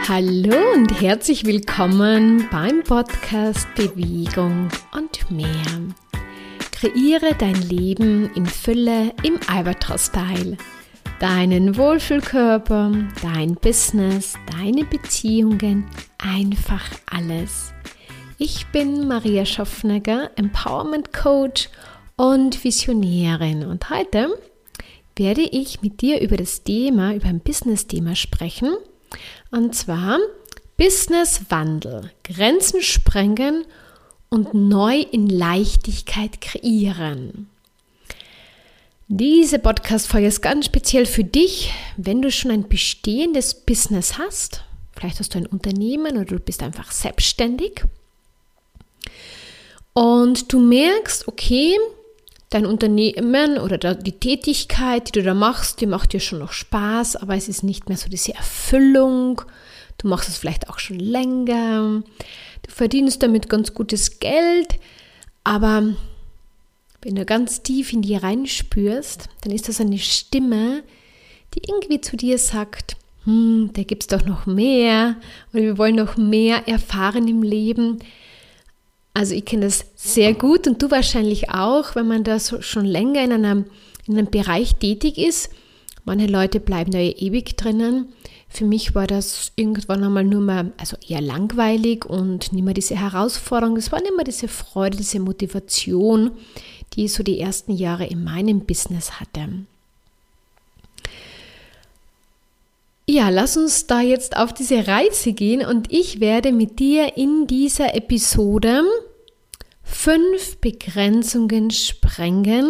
Hallo und herzlich willkommen beim Podcast Bewegung und mehr. Kreiere dein Leben in Fülle im Albatros-Style. Deinen Wohlfühlkörper, dein Business, deine Beziehungen, einfach alles. Ich bin Maria Schaffnegger, Empowerment Coach und Visionärin, und heute werde ich mit dir über ein Business-Thema sprechen, und zwar Business-Wandel, Grenzen sprengen und neu in Leichtigkeit kreieren. Diese Podcast-Folge ist ganz speziell für dich, wenn du schon ein bestehendes Business hast. Vielleicht hast du ein Unternehmen oder du bist einfach selbstständig und du merkst, okay, dein Unternehmen oder die Tätigkeit, die du da machst, die macht dir schon noch Spaß, aber es ist nicht mehr so diese Erfüllung. Du machst es vielleicht auch schon länger. Du verdienst damit ganz gutes Geld, aber wenn du ganz tief in dir reinspürst, dann ist das eine Stimme, die irgendwie zu dir sagt, da gibt es doch noch mehr oder wir wollen noch mehr erfahren im Leben. Also ich kenne das sehr gut und du wahrscheinlich auch, wenn man da so schon länger in einem Bereich tätig ist. Manche Leute bleiben da ewig drinnen. Für mich war das irgendwann einmal nur mal, eher langweilig und nicht mehr diese Herausforderung. Es war nicht mehr diese Freude, diese Motivation, die ich so die ersten Jahre in meinem Business hatte. Ja, lass uns da jetzt auf diese Reise gehen und ich werde mit dir in dieser Episode 5 Begrenzungen sprengen,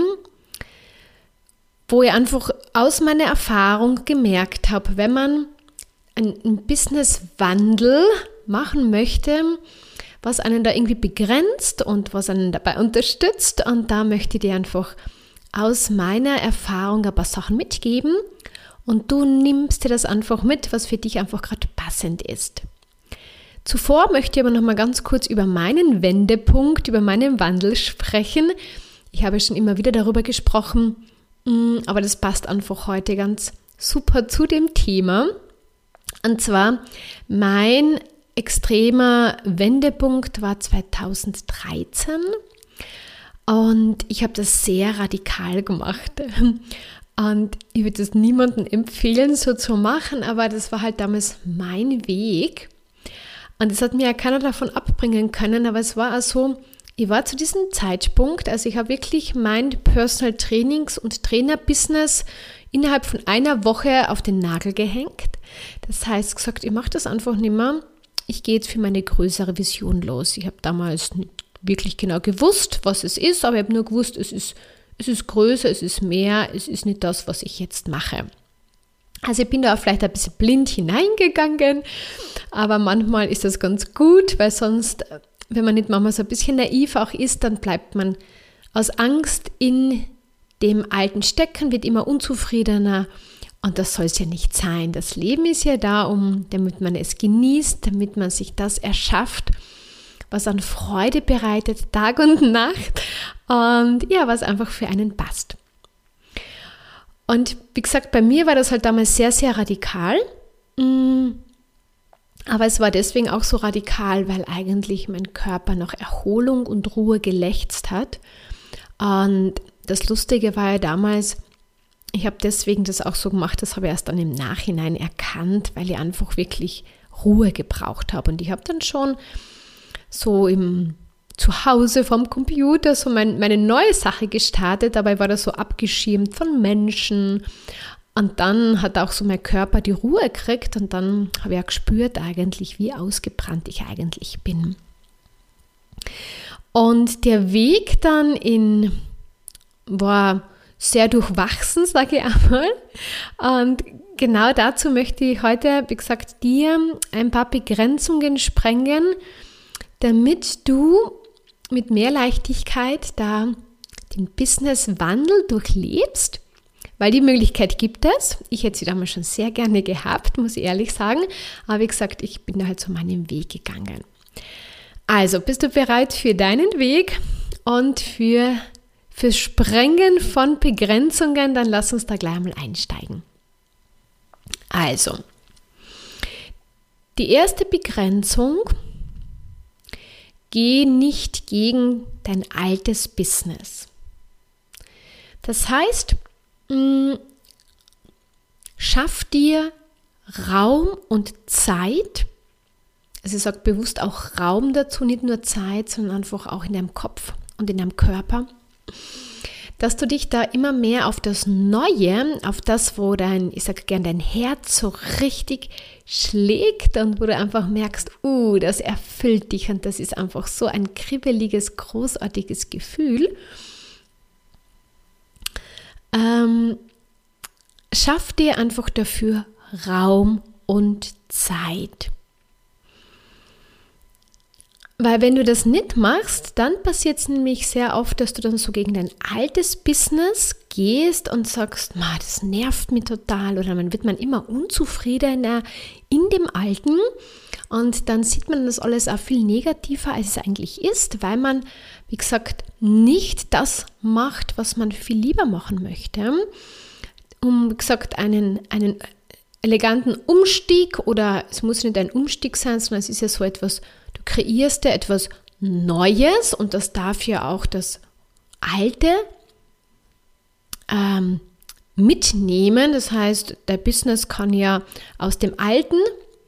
wo ich einfach aus meiner Erfahrung gemerkt habe, wenn man einen Businesswandel machen möchte, was einen da irgendwie begrenzt und was einen dabei unterstützt, und da möchte ich dir einfach aus meiner Erfahrung ein paar Sachen mitgeben. Und du nimmst dir das einfach mit, was für dich einfach gerade passend ist. Zuvor möchte ich aber noch mal ganz kurz über meinen Wendepunkt, über meinen Wandel sprechen. Ich habe schon immer wieder darüber gesprochen, aber das passt einfach heute ganz super zu dem Thema. Und zwar, mein extremer Wendepunkt war 2013 und ich habe das sehr radikal gemacht. Und ich würde das niemandem empfehlen, so zu machen, aber das war halt damals mein Weg. Und das hat mir ja keiner davon abbringen können, aber es war auch so, ich war zu diesem Zeitpunkt, also ich habe wirklich mein Personal Trainings- und Trainer-Business innerhalb von einer Woche auf den Nagel gehängt. Das heißt gesagt, ich mache das einfach nicht mehr. Ich gehe jetzt für meine größere Vision los. Ich habe damals nicht wirklich genau gewusst, was es ist, aber ich habe nur gewusst, es ist größer, es ist mehr, es ist nicht das, was ich jetzt mache. Also ich bin da auch vielleicht ein bisschen blind hineingegangen, aber manchmal ist das ganz gut, weil sonst, wenn man nicht manchmal so ein bisschen naiv auch ist, dann bleibt man aus Angst in dem Alten stecken, wird immer unzufriedener, und das soll es ja nicht sein. Das Leben ist ja da, damit man es genießt, damit man sich das erschafft, was an Freude bereitet, Tag und Nacht, und ja, was einfach für einen passt. Und wie gesagt, bei mir war das halt damals sehr, sehr radikal, aber es war deswegen auch so radikal, weil eigentlich mein Körper nach Erholung und Ruhe gelächzt hat. Und das Lustige war ja damals, ich habe deswegen das auch so gemacht, das habe ich erst dann im Nachhinein erkannt, weil ich einfach wirklich Ruhe gebraucht habe. Und ich habe dann schon so zu Hause vom Computer so meine neue Sache gestartet, dabei war das so abgeschirmt von Menschen, und dann hat auch so mein Körper die Ruhe gekriegt und dann habe ich auch gespürt eigentlich, wie ausgebrannt ich eigentlich bin. Und der Weg dann war sehr durchwachsen, sage ich einmal, und genau dazu möchte ich heute, wie gesagt, dir ein paar Begrenzungen sprengen, damit du mit mehr Leichtigkeit da den Businesswandel durchlebst, weil die Möglichkeit gibt es. Ich hätte sie damals schon sehr gerne gehabt, muss ich ehrlich sagen, aber wie gesagt, ich bin da halt so meinen Weg gegangen. Also, bist du bereit für deinen Weg und fürs Sprengen von Begrenzungen? Dann lass uns da gleich mal einsteigen. Also, Die erste Begrenzung: Geh nicht gegen dein altes Business. Das heißt, schaff dir Raum und Zeit. Also ich sage bewusst auch Raum dazu, nicht nur Zeit, sondern einfach auch in deinem Kopf und in deinem Körper, dass du dich da immer mehr auf das Neue, auf das, wo dein Herz so richtig schlägt und wo du einfach merkst, das erfüllt dich und das ist einfach so ein kribbeliges, großartiges Gefühl. Schaff dir einfach dafür Raum und Zeit. Weil wenn du das nicht machst, dann passiert es nämlich sehr oft, dass du dann so gegen dein altes Business gehst und sagst, das nervt mich total, oder man wird immer unzufriedener in dem Alten und dann sieht man das alles auch viel negativer, als es eigentlich ist, weil man, wie gesagt, nicht das macht, was man viel lieber machen möchte. Wie gesagt, einen eleganten Umstieg, oder es muss nicht ein Umstieg sein, sondern es ist ja so etwas, du kreierst ja etwas Neues und das darf ja auch das Alte mitnehmen. Das heißt, dein Business kann ja aus dem Alten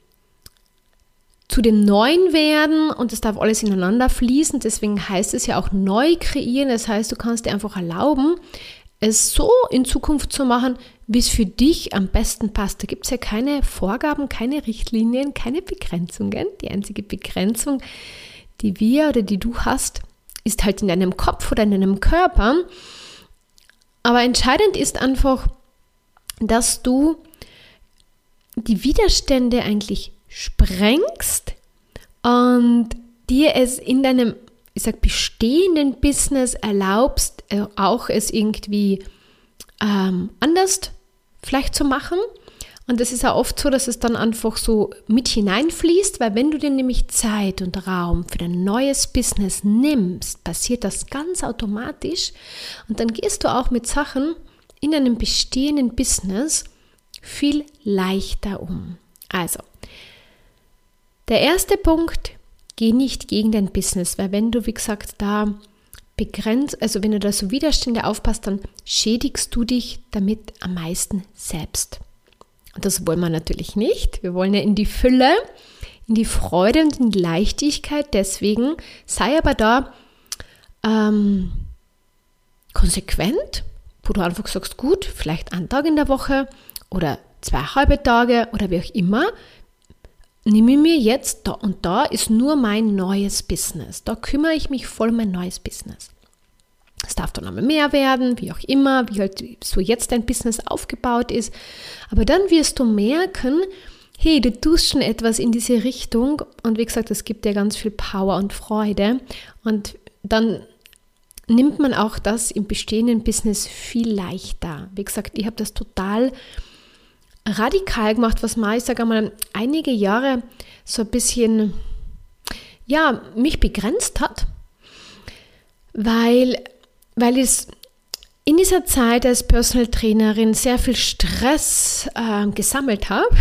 zu dem Neuen werden und das darf alles ineinander fließen. Deswegen heißt es ja auch neu kreieren. Das heißt, du kannst dir einfach erlauben, es so in Zukunft zu machen, wie es für dich am besten passt. Da gibt es ja keine Vorgaben, keine Richtlinien, keine Begrenzungen. Die einzige Begrenzung, die wir oder die du hast, ist halt in deinem Kopf oder in deinem Körper. Aber entscheidend ist einfach, dass du die Widerstände eigentlich sprengst und dir es in deinem bestehenden Business erlaubst, auch es irgendwie anders vielleicht zu machen. Und das ist ja oft so, dass es dann einfach so mit hineinfließt, weil wenn du dir nämlich Zeit und Raum für dein neues Business nimmst, passiert das ganz automatisch und dann gehst du auch mit Sachen in einem bestehenden Business viel leichter um. Also, der erste Punkt: Geh nicht gegen dein Business, weil wenn du, wie gesagt, da wenn du da so Widerstände aufpasst, dann schädigst du dich damit am meisten selbst. Und das wollen wir natürlich nicht. Wir wollen ja in die Fülle, in die Freude und in die Leichtigkeit. Deswegen sei aber da konsequent, wo du einfach sagst, gut, vielleicht einen Tag in der Woche oder 2 halbe Tage oder wie auch immer, nehme ich mir jetzt da und da ist nur mein neues Business. Da kümmere ich mich voll um mein neues Business. Es darf dann einmal mehr werden, wie auch immer, wie halt so jetzt dein Business aufgebaut ist. Aber dann wirst du merken, hey, du tust schon etwas in diese Richtung und wie gesagt, es gibt dir ganz viel Power und Freude und dann nimmt man auch das im bestehenden Business viel leichter. Wie gesagt, ich habe das total radikal gemacht, was mal, ich sage einmal, einige Jahre so ein bisschen, mich begrenzt hat, weil ich in dieser Zeit als Personal Trainerin sehr viel Stress gesammelt habe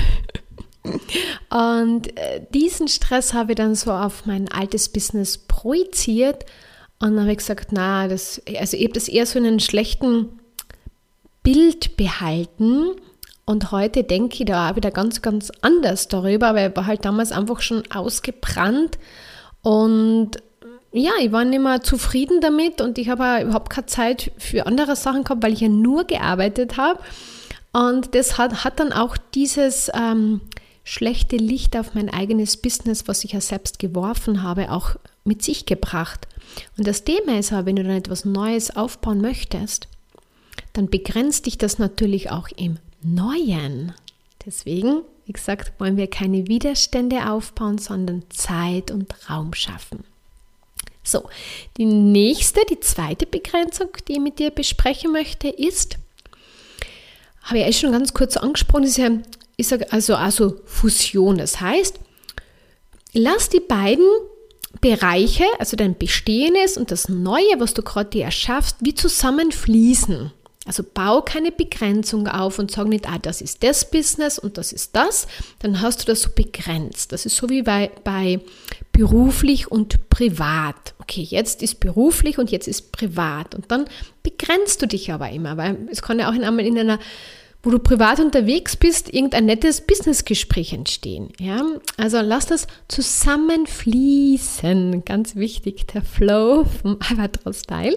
und diesen Stress habe ich dann so auf mein altes Business projiziert und dann habe ich gesagt, ich habe das eher so in einem schlechten Bild behalten. Und heute denke ich da auch wieder ganz, ganz anders darüber, weil ich war halt damals einfach schon ausgebrannt und ich war nicht mehr zufrieden damit und ich habe auch überhaupt keine Zeit für andere Sachen gehabt, weil ich ja nur gearbeitet habe. Und das hat dann auch dieses schlechte Licht auf mein eigenes Business, was ich ja selbst geworfen habe, auch mit sich gebracht. Und das Thema ist aber, wenn du dann etwas Neues aufbauen möchtest, dann begrenzt dich das natürlich auch im Neuen. Deswegen, wie gesagt, wollen wir keine Widerstände aufbauen, sondern Zeit und Raum schaffen. So, die zweite Begrenzung, die ich mit dir besprechen möchte, ist, habe ich schon ganz kurz angesprochen, ist ja, ich sage also Fusion. Das heißt, lass die beiden Bereiche, also dein Bestehendes und das Neue, was du gerade dir erschaffst, wie zusammenfließen. Also bau keine Begrenzung auf und sag nicht, das ist das Business und das ist das. Dann hast du das so begrenzt. Das ist so wie bei beruflich und privat. Okay, jetzt ist beruflich und jetzt ist privat. Und dann begrenzt du dich aber immer, weil es kann ja auch einmal in einer, wo du privat unterwegs bist, irgendein nettes Businessgespräch entstehen. Ja? Also lass das zusammenfließen. Ganz wichtig, der Flow vom Albatros-Style.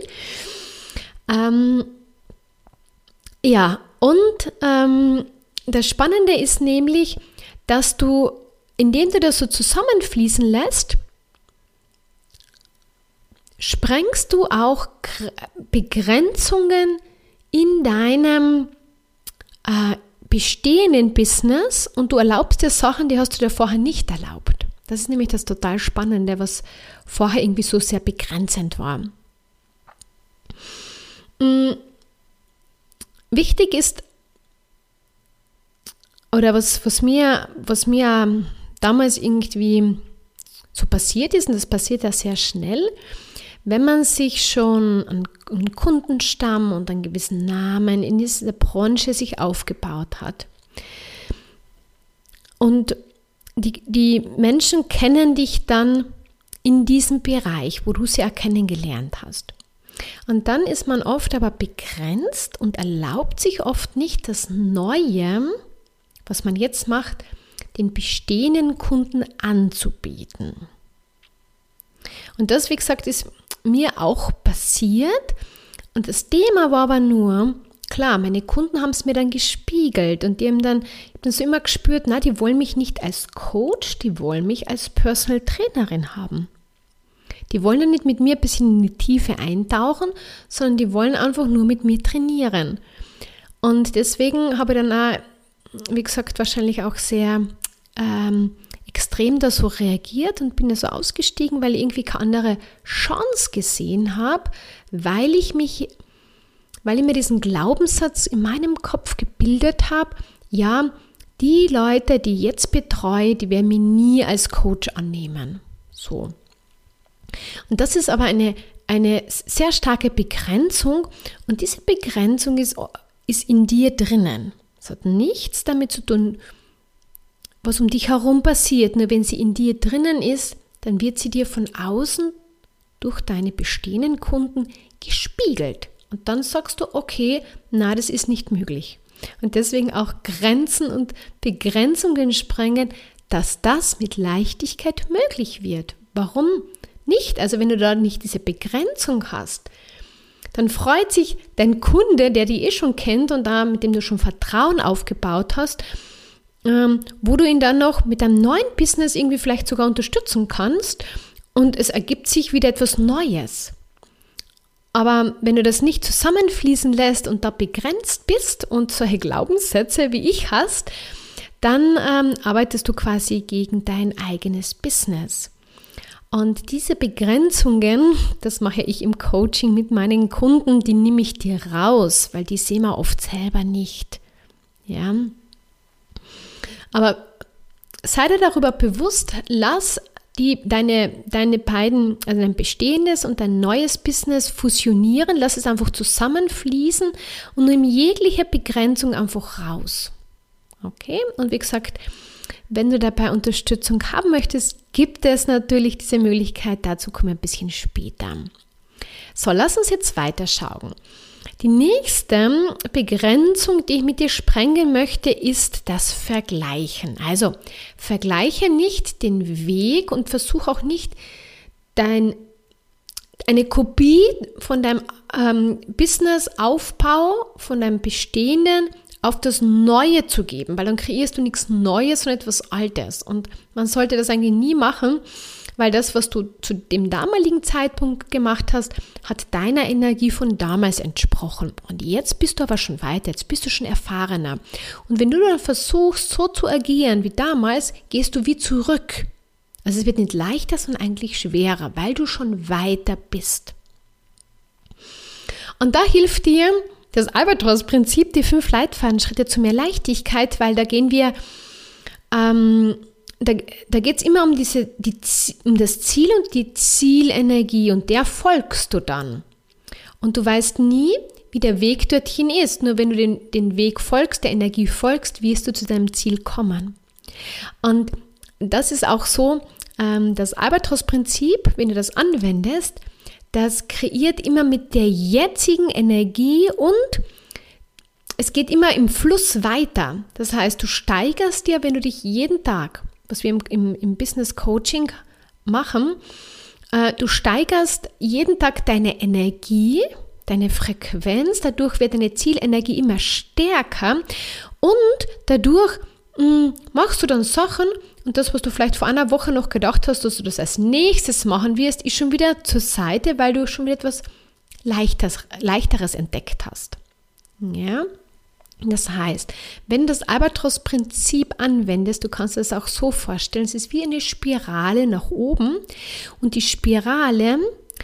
Das Spannende ist nämlich, dass du, indem du das so zusammenfließen lässt, sprengst du auch Begrenzungen in deinem bestehenden Business und du erlaubst dir Sachen, die hast du dir vorher nicht erlaubt. Das ist nämlich das total Spannende, was vorher irgendwie so sehr begrenzend war. Wichtig ist, oder was mir damals irgendwie so passiert ist, und das passiert ja sehr schnell, wenn man sich schon einen Kundenstamm und einen gewissen Namen in dieser Branche sich aufgebaut hat. Und die Menschen kennen dich dann in diesem Bereich, wo du sie auch kennengelernt hast. Und dann ist man oft aber begrenzt und erlaubt sich oft nicht das Neue, was man jetzt macht, den bestehenden Kunden anzubieten. Und das, wie gesagt, ist mir auch passiert. Und das Thema war aber nur, klar, meine Kunden haben es mir dann gespiegelt und die haben dann, ich habe dann so immer gespürt, die wollen mich nicht als Coach, die wollen mich als Personal Trainerin haben. Die wollen ja nicht mit mir ein bisschen in die Tiefe eintauchen, sondern die wollen einfach nur mit mir trainieren. Und deswegen habe ich dann auch, wie gesagt, wahrscheinlich auch sehr extrem da so reagiert und bin da so ausgestiegen, weil ich irgendwie keine andere Chance gesehen habe, weil ich mir diesen Glaubenssatz in meinem Kopf gebildet habe, ja, die Leute, die ich jetzt betreue, die werden mich nie als Coach annehmen. So. Und das ist aber eine sehr starke Begrenzung und diese Begrenzung ist in dir drinnen. Es hat nichts damit zu tun, was um dich herum passiert. Nur wenn sie in dir drinnen ist, dann wird sie dir von außen durch deine bestehenden Kunden gespiegelt. Und dann sagst du, okay, das ist nicht möglich. Und deswegen auch Grenzen und Begrenzungen sprengen, dass das mit Leichtigkeit möglich wird. Warum nicht? Also wenn du da nicht diese Begrenzung hast, dann freut sich dein Kunde, der dich schon kennt und mit dem du schon Vertrauen aufgebaut hast, wo du ihn dann noch mit einem neuen Business irgendwie vielleicht sogar unterstützen kannst und es ergibt sich wieder etwas Neues. Aber wenn du das nicht zusammenfließen lässt und da begrenzt bist und solche Glaubenssätze wie ich hast, dann arbeitest du quasi gegen dein eigenes Business. Und diese Begrenzungen, das mache ich im Coaching mit meinen Kunden, die nehme ich dir raus, weil die sehen wir oft selber nicht. Ja. Aber sei dir darüber bewusst, lass deine beiden, also dein bestehendes und dein neues Business fusionieren, lass es einfach zusammenfließen und nimm jegliche Begrenzung einfach raus. Okay? Und wie gesagt, wenn du dabei Unterstützung haben möchtest, gibt es natürlich diese Möglichkeit, dazu kommen wir ein bisschen später. So, lass uns jetzt weiterschauen. Die nächste Begrenzung, die ich mit dir sprengen möchte, ist das Vergleichen. Also vergleiche nicht den Weg und versuch auch nicht eine Kopie von deinem Businessaufbau, von deinem Bestehenden auf das Neue zu geben, weil dann kreierst du nichts Neues, sondern etwas Altes. Und man sollte das eigentlich nie machen, weil das, was du zu dem damaligen Zeitpunkt gemacht hast, hat deiner Energie von damals entsprochen. Und jetzt bist du aber schon weiter, jetzt bist du schon erfahrener. Und wenn du dann versuchst, so zu agieren wie damals, gehst du wie zurück. Also es wird nicht leichter, sondern eigentlich schwerer, weil du schon weiter bist. Und da hilft dir das Albatros-Prinzip, die 5 Leitfadenschritte zu mehr Leichtigkeit, weil da gehen wir, da geht es immer um das Ziel und die Zielenergie und der folgst du dann. Und du weißt nie, wie der Weg dorthin ist. Nur wenn du den Weg folgst, der Energie folgst, wirst du zu deinem Ziel kommen. Und das ist auch so, das Albatros-Prinzip, wenn du das anwendest, das kreiert immer mit der jetzigen Energie und es geht immer im Fluss weiter. Das heißt, du steigerst dir, wenn du dich jeden Tag, was wir im Business Coaching machen, du steigerst jeden Tag deine Energie, deine Frequenz, dadurch wird deine Zielenergie immer stärker und dadurch machst du dann Sachen und das, was du vielleicht vor einer Woche noch gedacht hast, dass du das als nächstes machen wirst, ist schon wieder zur Seite, weil du schon wieder etwas Leichteres entdeckt hast. Ja? Das heißt, wenn du das Albatros-Prinzip anwendest, du kannst es auch so vorstellen, es ist wie eine Spirale nach oben und die Spirale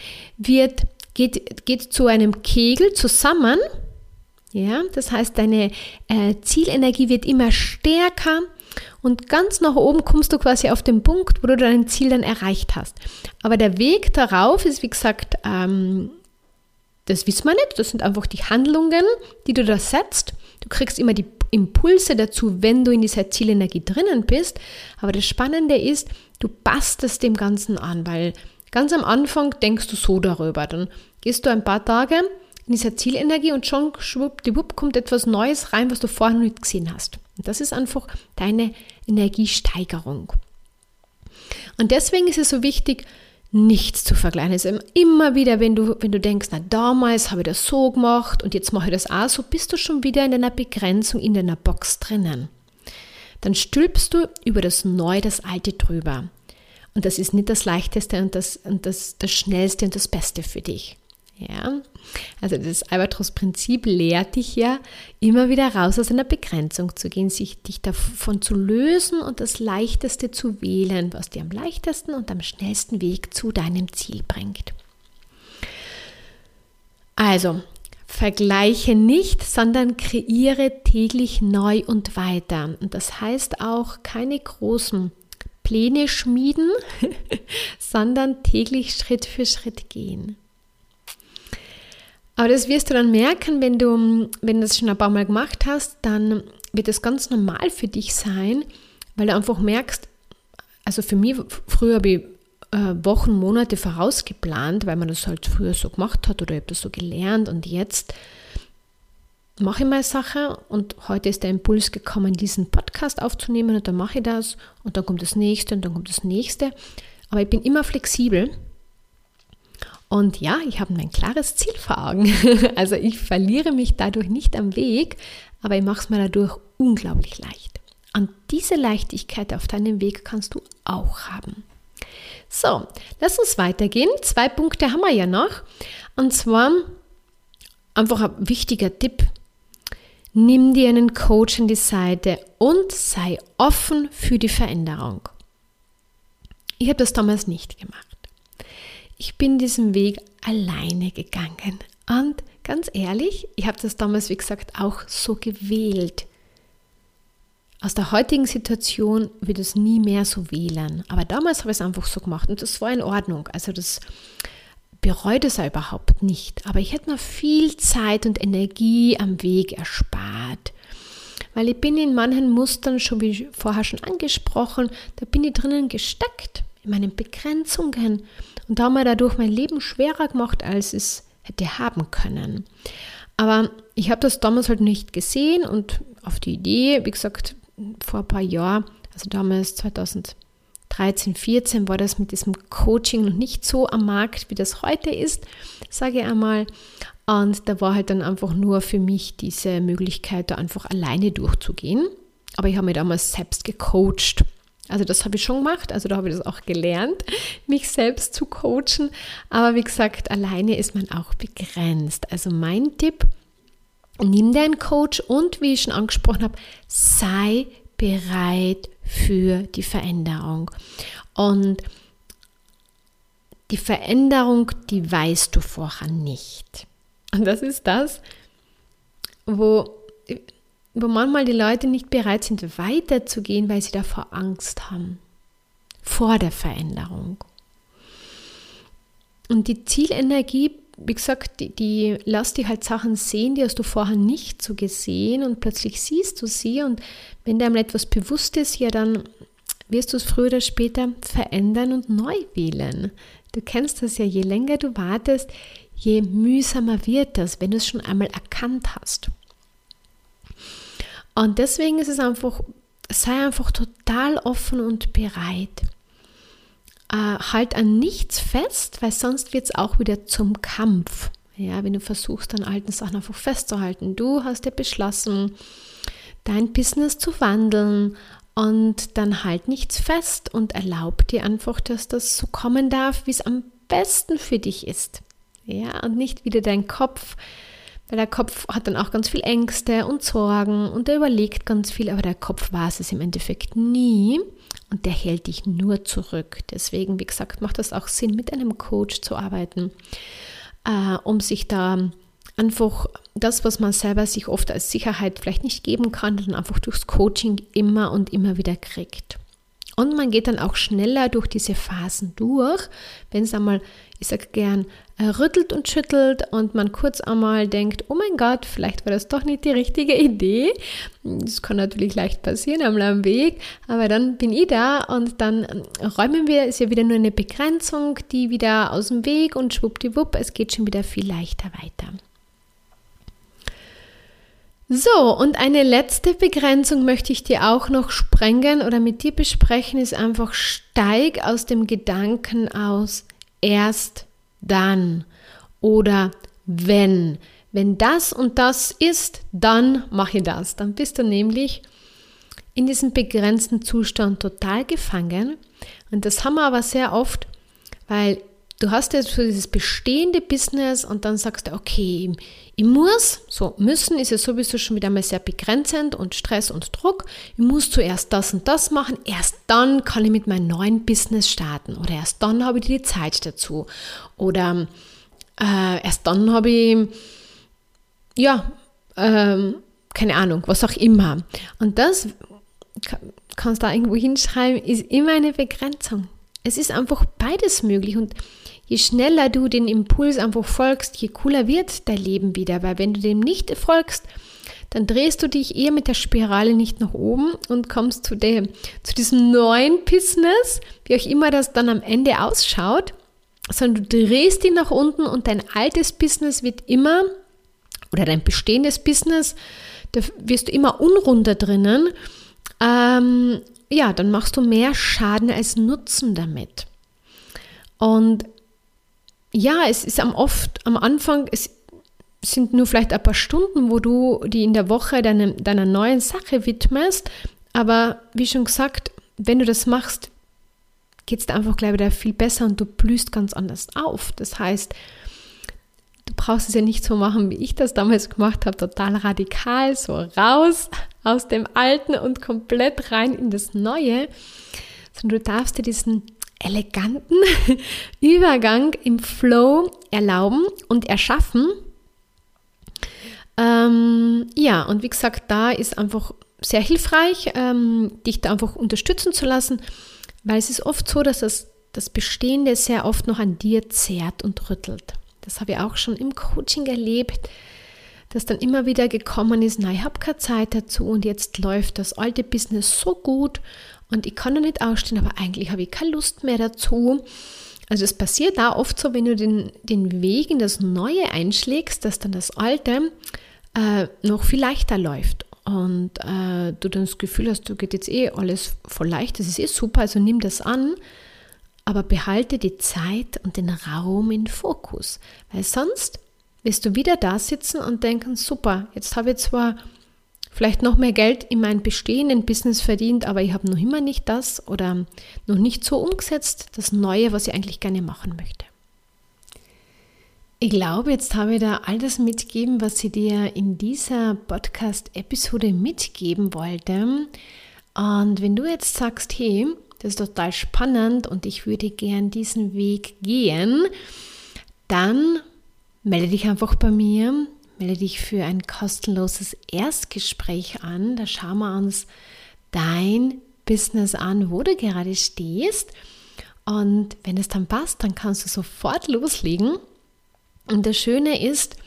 geht zu einem Kegel zusammen. Ja, das heißt, deine Zielenergie wird immer stärker und ganz nach oben kommst du quasi auf den Punkt, wo du dein Ziel dann erreicht hast. Aber der Weg darauf ist, wie gesagt, das wissen wir nicht, das sind einfach die Handlungen, die du da setzt. Du kriegst immer die Impulse dazu, wenn du in dieser Zielenergie drinnen bist. Aber das Spannende ist, du passt es dem Ganzen an, weil ganz am Anfang denkst du so darüber. Dann gehst du ein paar Tage in dieser Zielenergie und schon schwuppdiwupp kommt etwas Neues rein, was du vorher noch nicht gesehen hast. Und das ist einfach deine Energiesteigerung. Und deswegen ist es so wichtig, nichts zu vergleichen. Also immer wieder, wenn du denkst, na damals habe ich das so gemacht und jetzt mache ich das auch so, bist du schon wieder in deiner Begrenzung, in deiner Box drinnen. Dann stülpst du über das Neue, das Alte drüber. Und das ist nicht das Leichteste und das Schnellste und das Beste für dich. Ja, also das Albatros-Prinzip lehrt dich ja, immer wieder raus aus einer Begrenzung zu gehen, dich davon zu lösen und das Leichteste zu wählen, was dir am leichtesten und am schnellsten Weg zu deinem Ziel bringt. Also, vergleiche nicht, sondern kreiere täglich neu und weiter. Und das heißt auch keine großen Pläne schmieden, sondern täglich Schritt für Schritt gehen. Aber das wirst du dann merken, wenn du das schon ein paar Mal gemacht hast, dann wird es ganz normal für dich sein, weil du einfach merkst, also für mich, früher habe ich Wochen, Monate vorausgeplant, weil man das halt früher so gemacht hat oder ich habe das so gelernt und jetzt mache ich meine Sache und heute ist der Impuls gekommen, diesen Podcast aufzunehmen und dann mache ich das und dann kommt das nächste und dann kommt das nächste. Aber ich bin immer flexibel. Und ja, ich habe ein klares Ziel vor Augen. Also ich verliere mich dadurch nicht am Weg, aber ich mache es mir dadurch unglaublich leicht. Und diese Leichtigkeit auf deinem Weg kannst du auch haben. So, lass uns weitergehen. 2 Punkte haben wir ja noch. Und zwar einfach ein wichtiger Tipp. Nimm dir einen Coach an die Seite und sei offen für die Veränderung. Ich habe das damals nicht gemacht. Ich bin diesen Weg alleine gegangen und ganz ehrlich, ich habe das damals, wie gesagt, auch so gewählt. Aus der heutigen Situation würde ich es nie mehr so wählen, aber damals habe ich es einfach so gemacht und das war in Ordnung. Also das bereut es ja überhaupt nicht, aber ich hätte mir viel Zeit und Energie am Weg erspart, weil ich bin in manchen Mustern, schon wie vorher schon angesprochen, da bin ich drinnen gesteckt, in meinen Begrenzungen. Und da haben wir dadurch mein Leben schwerer gemacht, als es hätte haben können. Aber ich habe das damals halt nicht gesehen und auf die Idee, wie gesagt, vor ein paar Jahren, also damals 2013, 2014 war das mit diesem Coaching noch nicht so am Markt, wie das heute ist, sage ich einmal. Und da war halt dann einfach nur für mich diese Möglichkeit, da einfach alleine durchzugehen. Aber ich habe mich damals selbst gecoacht. Also das habe ich schon gemacht, also da habe ich das auch gelernt, mich selbst zu coachen. Aber wie gesagt, alleine ist man auch begrenzt. Also mein Tipp, nimm dir einen Coach und wie ich schon angesprochen habe, sei bereit für die Veränderung. Und die Veränderung, die weißt du vorher nicht. Und das ist das, wo manchmal die Leute nicht bereit sind, weiterzugehen, weil sie davor Angst haben, vor der Veränderung. Und die Zielenergie wie gesagt, die lass dich halt Sachen sehen, die hast du vorher nicht so gesehen und plötzlich siehst du sie und wenn dir etwas bewusst ist, ja dann wirst du es früher oder später verändern und neu wählen. Du kennst das ja, je länger du wartest, je mühsamer wird das, wenn du es schon einmal erkannt hast. Und deswegen ist es einfach, sei einfach total offen und bereit. Halt an nichts fest, weil sonst wird es auch wieder zum Kampf. Ja, wenn du versuchst, an alten Sachen einfach festzuhalten. Du hast ja beschlossen, dein Business zu wandeln und dann halt nichts fest und erlaub dir einfach, dass das so kommen darf, wie es am besten für dich ist. Ja, und nicht wieder dein Kopf, weil der Kopf hat dann auch ganz viel Ängste und Sorgen und der überlegt ganz viel, aber der Kopf weiß es im Endeffekt nie. Und der hält dich nur zurück. Deswegen, wie gesagt, macht das auch Sinn, mit einem Coach zu arbeiten, um sich da einfach das, was man selber sich oft als Sicherheit vielleicht nicht geben kann, dann einfach durchs Coaching immer und immer wieder kriegt. Und man geht dann auch schneller durch diese Phasen durch, wenn es einmal, ich sage gern, rüttelt und schüttelt und man kurz einmal denkt, oh mein Gott, vielleicht war das doch nicht die richtige Idee. Das kann natürlich leicht passieren am Weg, aber dann bin ich da und dann räumen wir, ist ja wieder nur eine Begrenzung, die wieder aus dem Weg und schwuppdiwupp, es geht schon wieder viel leichter weiter. So, und eine letzte Begrenzung möchte ich dir auch noch sprengen oder mit dir besprechen, ist einfach, steig aus dem Gedanken aus, erst dann oder wenn das und das ist, dann mache ich das. Dann bist du nämlich in diesem begrenzten Zustand total gefangen und das haben wir aber sehr oft, weil du hast jetzt so dieses bestehende Business und dann sagst du, okay, ich muss, so müssen ist ja sowieso schon wieder mal sehr begrenzend und Stress und Druck. Ich muss zuerst das und das machen, erst dann kann ich mit meinem neuen Business starten oder erst dann habe ich die Zeit dazu oder erst dann habe ich, keine Ahnung, was auch immer. Und das kannst du da irgendwo hinschreiben, ist immer eine Begrenzung. Es ist einfach beides möglich und je schneller du den Impuls einfach folgst, je cooler wird dein Leben wieder, weil wenn du dem nicht folgst, dann drehst du dich eher mit der Spirale nicht nach oben und kommst zu diesem neuen Business, wie auch immer das dann am Ende ausschaut, sondern du drehst ihn nach unten und dein altes Business wird immer, oder dein bestehendes Business, da wirst du immer unrunder drinnen, dann machst du mehr Schaden als Nutzen damit. Und ja, es ist am Anfang, es sind nur vielleicht ein paar Stunden, wo du die in der Woche deiner neuen Sache widmest, aber wie schon gesagt, wenn du das machst, geht es dir einfach gleich wieder viel besser und du blühst ganz anders auf. Das heißt, du brauchst es ja nicht so machen, wie ich das damals gemacht habe, total radikal, so raus aus dem Alten und komplett rein in das Neue, sondern du darfst dir diesen eleganten Übergang im Flow erlauben und erschaffen. Und wie gesagt, da ist einfach sehr hilfreich, dich da einfach unterstützen zu lassen, weil es ist oft so, dass das Bestehende sehr oft noch an dir zerrt und rüttelt. Das habe ich auch schon im Coaching erlebt, dass dann immer wieder gekommen ist, ich habe keine Zeit dazu und jetzt läuft das alte Business so gut und ich kann noch nicht ausstehen, aber eigentlich habe ich keine Lust mehr dazu. Also es passiert da oft so, wenn du den Weg in das Neue einschlägst, dass dann das Alte noch viel leichter läuft und du dann das Gefühl hast, du geht jetzt alles voll leicht, das ist super, also nimm das an, aber behalte die Zeit und den Raum in Fokus, weil sonst wirst du wieder da sitzen und denken, super, jetzt habe ich zwar vielleicht noch mehr Geld in meinem bestehenden Business verdient, aber ich habe noch immer nicht das oder noch nicht so umgesetzt, das Neue, was ich eigentlich gerne machen möchte. Ich glaube, jetzt habe ich da all das mitgegeben, was ich dir in dieser Podcast-Episode mitgeben wollte. Und wenn du jetzt sagst, hey, das ist total spannend und ich würde gern diesen Weg gehen, dann melde dich einfach bei mir, melde dich für ein kostenloses Erstgespräch an. Da schauen wir uns dein Business an, wo du gerade stehst. Und wenn es dann passt, dann kannst du sofort loslegen. Und das Schöne ist,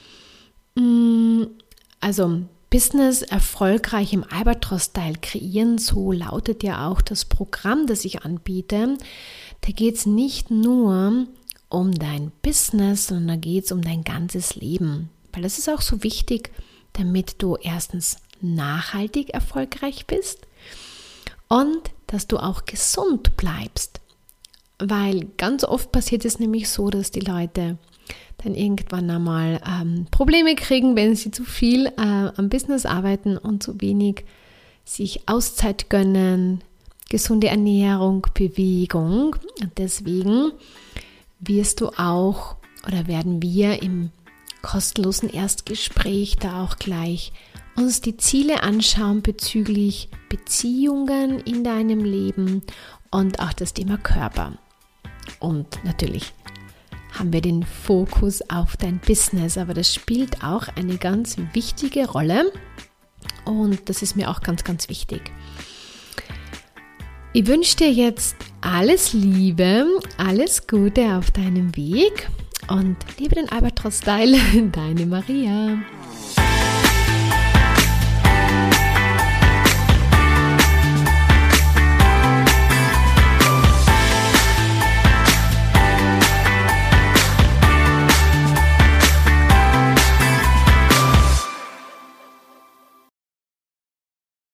also Business erfolgreich im Albatros-Style kreieren, so lautet ja auch das Programm, das ich anbiete. Da geht es nicht nur um dein Business, sondern da geht es um dein ganzes Leben. Weil das ist auch so wichtig, damit du erstens nachhaltig erfolgreich bist und dass du auch gesund bleibst. Weil ganz oft passiert es nämlich so, dass die Leute dann irgendwann einmal Probleme kriegen, wenn sie zu viel am Business arbeiten und zu wenig sich Auszeit gönnen, gesunde Ernährung, Bewegung. Und deswegen wirst du auch oder werden wir im kostenlosen Erstgespräch da auch gleich uns die Ziele anschauen bezüglich Beziehungen in deinem Leben und auch das Thema Körper. Und natürlich haben wir den Fokus auf dein Business, aber das spielt auch eine ganz wichtige Rolle und das ist mir auch ganz, ganz wichtig. Ich wünsche dir jetzt alles Liebe, alles Gute auf deinem Weg und liebe den Albatros-Style, deine Maria.